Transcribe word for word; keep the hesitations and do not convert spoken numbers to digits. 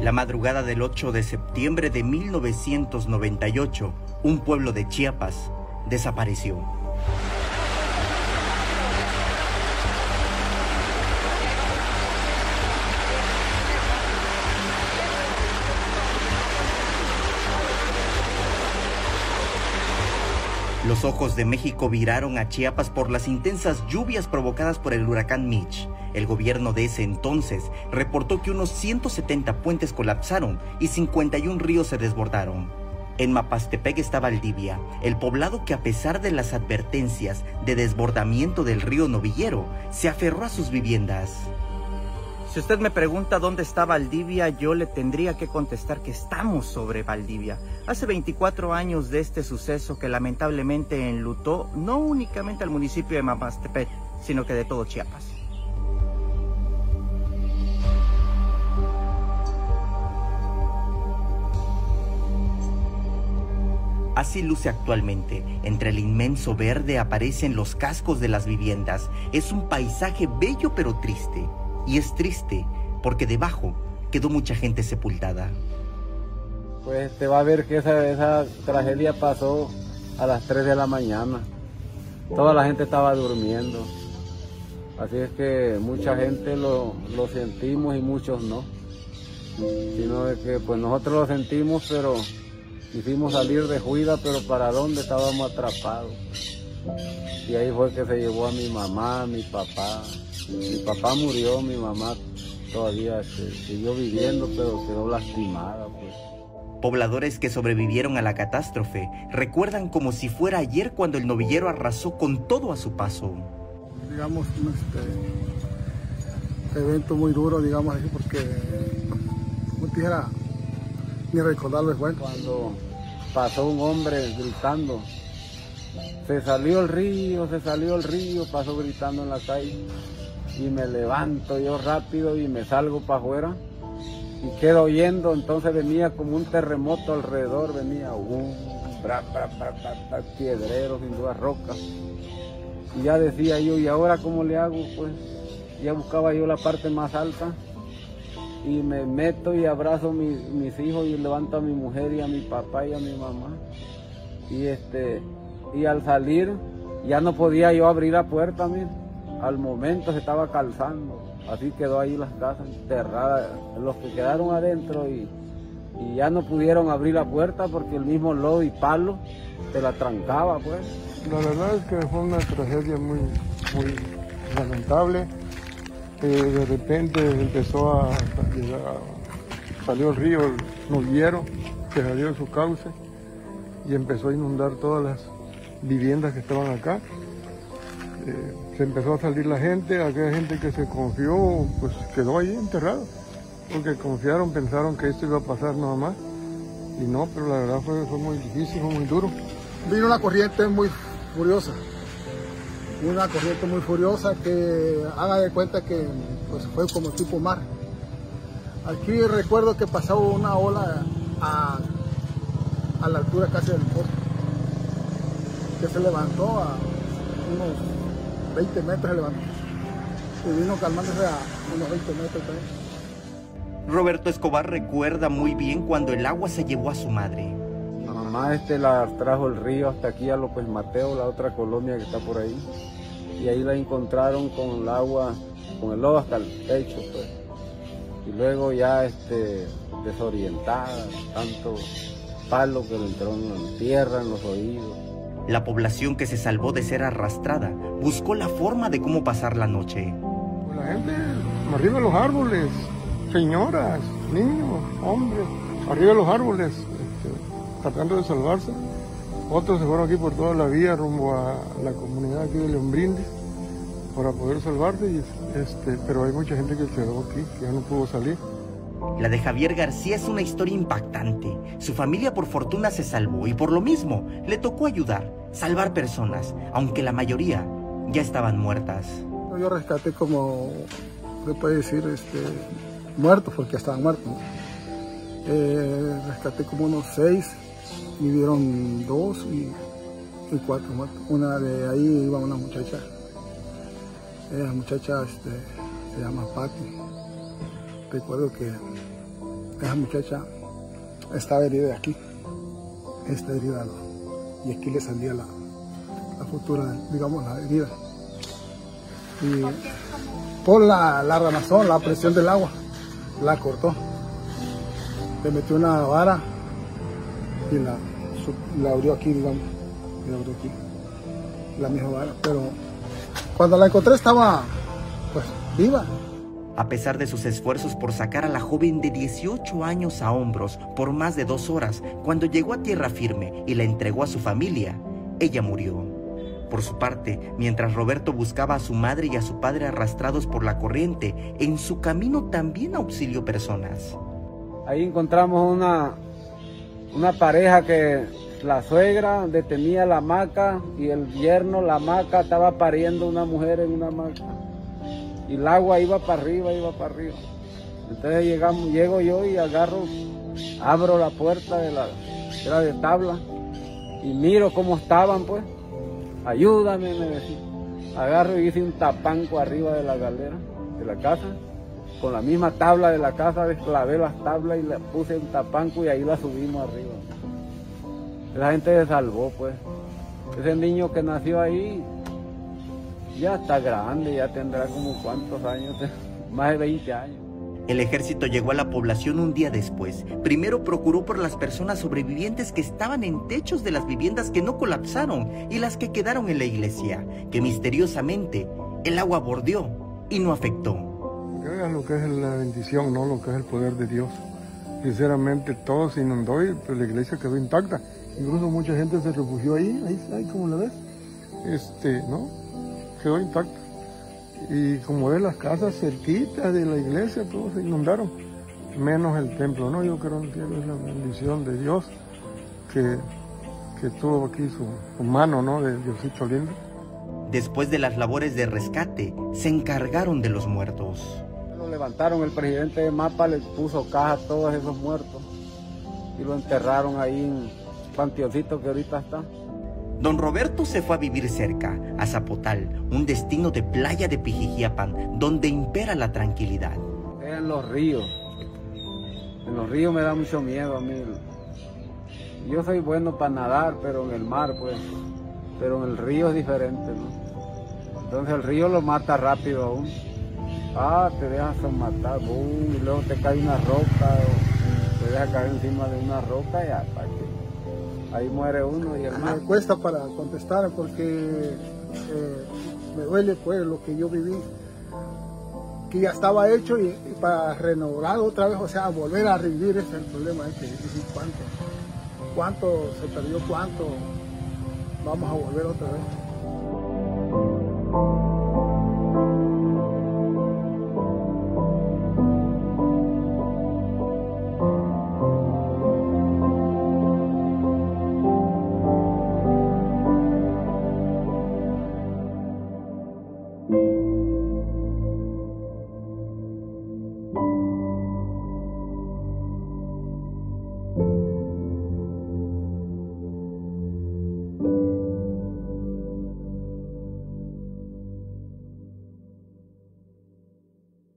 La madrugada del ocho de septiembre de mil novecientos noventa y ocho, un pueblo de Chiapas desapareció. Los ojos de México viraron a Chiapas por las intensas lluvias provocadas por el huracán Mitch. El gobierno de ese entonces reportó que unos ciento setenta puentes colapsaron y cincuenta y un ríos se desbordaron. En Mapastepec estaba Valdivia, el poblado que a pesar de las advertencias de desbordamiento del río Novillero, se aferró a sus viviendas. Si usted me pregunta dónde está Valdivia, yo le tendría que contestar que estamos sobre Valdivia. Hace veinticuatro años de este suceso que lamentablemente enlutó no únicamente al municipio de Mapastepec, sino que de todo Chiapas. Así luce actualmente. Entre el inmenso verde aparecen los cascos de las viviendas. Es un paisaje bello pero triste. Y es triste porque debajo quedó mucha gente sepultada. Pues te va a ver que esa, esa tragedia pasó a las tres de la mañana. Toda la gente estaba durmiendo. Así es que mucha gente lo, lo sentimos y muchos no. Sino de que pues nosotros lo sentimos, pero quisimos salir de Juida, pero ¿para dónde? Estábamos atrapados. Y ahí fue que se llevó a mi mamá, a mi papá. Mi papá murió, mi mamá todavía se, siguió viviendo, pero quedó lastimada, pues. Pobladores que sobrevivieron a la catástrofe recuerdan como si fuera ayer cuando el novillero arrasó con todo a su paso. Digamos, este evento muy duro, digamos así, porque, como te dijera, ni recordarlo es bueno. Cuando pasó un hombre gritando, se salió el río, se salió el río, pasó gritando en la calle. Y me levanto yo rápido y me salgo para afuera y quedo oyendo. Entonces venía como un terremoto alrededor, venía un bra, bra, bra, bra, bra, piedreros, sin duda rocas. Y ya decía yo, ¿y ahora cómo le hago? Pues ya buscaba yo la parte más alta y me meto y abrazo a mi, mis hijos y levanto a mi mujer y a mi papá y a mi mamá. Y, este, y al salir ya no podía yo abrir la puerta, mira. Al momento se estaba calzando, así quedó ahí las casas enterradas, los que quedaron adentro y, y ya no pudieron abrir la puerta porque el mismo lodo y palo te la trancaba, pues. La verdad es que fue una tragedia muy, muy lamentable. Eh, de repente empezó a, a llegar, salió el río el Novillero, que salió de su cauce y empezó a inundar todas las viviendas que estaban acá. Eh, se empezó a salir la gente, aquella gente que se confió, pues quedó ahí enterrada, porque confiaron, pensaron que esto iba a pasar nada más, y no, pero la verdad fue, fue muy difícil, fue muy duro. Vino una corriente muy furiosa, una corriente muy furiosa que haga de cuenta que pues, fue como tipo mar. Aquí recuerdo que pasaba una ola a, a la altura casi del poste, que se levantó a unos veinte metros se levantó y vino calmándose a unos veinte metros también. Roberto Escobar recuerda muy bien cuando el agua se llevó a su madre. La mamá este la trajo el río hasta aquí a López Mateo, la otra colonia que está por ahí, y ahí la encontraron con el agua, con el lodo hasta el techo, pues. Y luego ya este, desorientada, tanto palo que le entró en la tierra, en los oídos. La población que se salvó de ser arrastrada buscó la forma de cómo pasar la noche. La gente arriba de los árboles, señoras, niños, hombres, arriba de los árboles, este, tratando de salvarse. Otros se fueron aquí por toda la vía rumbo a la comunidad aquí de León Brindis para poder salvarse, y, este, pero hay mucha gente que quedó aquí, que ya no pudo salir. La de Javier García es una historia impactante. Su familia por fortuna se salvó y por lo mismo le tocó ayudar, salvar personas, aunque la mayoría ya estaban muertas. Yo rescaté como, se puede decir, este, muertos, porque ya estaban muertos, ¿no? Eh, rescaté como unos seis, vivieron dos y, y cuatro muertos. Una de ahí iba una muchacha, la muchacha este, se llama Patti. Recuerdo que esa muchacha estaba herida de aquí, esta herida, ¿no? Y aquí le salía la, la futura, digamos, la herida. Y por la, la ramazón, la presión del agua, la cortó. Le metió una vara y la, la abrió aquí, digamos, la abrió aquí, la misma vara. Pero cuando la encontré estaba, pues, viva. A pesar de sus esfuerzos por sacar a la joven de dieciocho años a hombros por más de dos horas, cuando llegó a tierra firme y la entregó a su familia, ella murió. Por su parte, mientras Roberto buscaba a su madre y a su padre arrastrados por la corriente, en su camino también auxilió personas. Ahí encontramos una, una pareja que la suegra detenía la hamaca y el yerno, la hamaca, estaba pariendo una mujer en una hamaca. Y el agua iba para arriba, iba para arriba. Entonces llegamos, llego yo y agarro, abro la puerta de la, era de tabla, y miro cómo estaban, pues. Ayúdame, me decía. Agarro y hice un tapanco arriba de la galera, de la casa. Con la misma tabla de la casa, desclavé las tablas y le puse un tapanco y ahí la subimos arriba. La gente se salvó, pues. Ese niño que nació ahí ya está grande, ya tendrá como cuántos años, más de veinte años. El ejército llegó a la población un día después. Primero procuró por las personas sobrevivientes que estaban en techos de las viviendas que no colapsaron y las que quedaron en la iglesia, que misteriosamente el agua bordeó y no afectó. Que vean lo que es la bendición, no lo que es el poder de Dios. Sinceramente todo se inundó y pues, la iglesia quedó intacta. Incluso mucha gente se refugió ahí, ahí, ahí como la ves, este, ¿no? Quedó intacta. Y como ves, las casas cerquitas de la iglesia, todos se inundaron, menos el templo, ¿no? Yo creo que es la bendición de Dios que, que tuvo aquí su, su mano, ¿no? De Diosito lindo. Después de las labores de rescate, se encargaron de los muertos. Lo levantaron, el presidente de Mapa le puso caja a todos esos muertos y lo enterraron ahí en un panteoncito que ahorita está. Don Roberto se fue a vivir cerca, a Zapotal, un destino de playa de Pijijiapan, donde impera la tranquilidad. En los ríos. En los ríos me da mucho miedo a mí. Yo soy bueno para nadar, pero en el mar, pues. Pero en el río es diferente, ¿no? Entonces el río lo mata rápido aún. Ah, te dejas matar, boom, y luego te cae una roca, o te deja caer encima de una roca y hasta que ahí muere uno y el mar. Me cuesta para contestar porque eh, me duele pues lo que yo viví, que ya estaba hecho y, y para renovar otra vez, o sea, volver a revivir, ese es el problema, es que decir cuánto, cuánto se perdió, cuánto vamos a volver otra vez.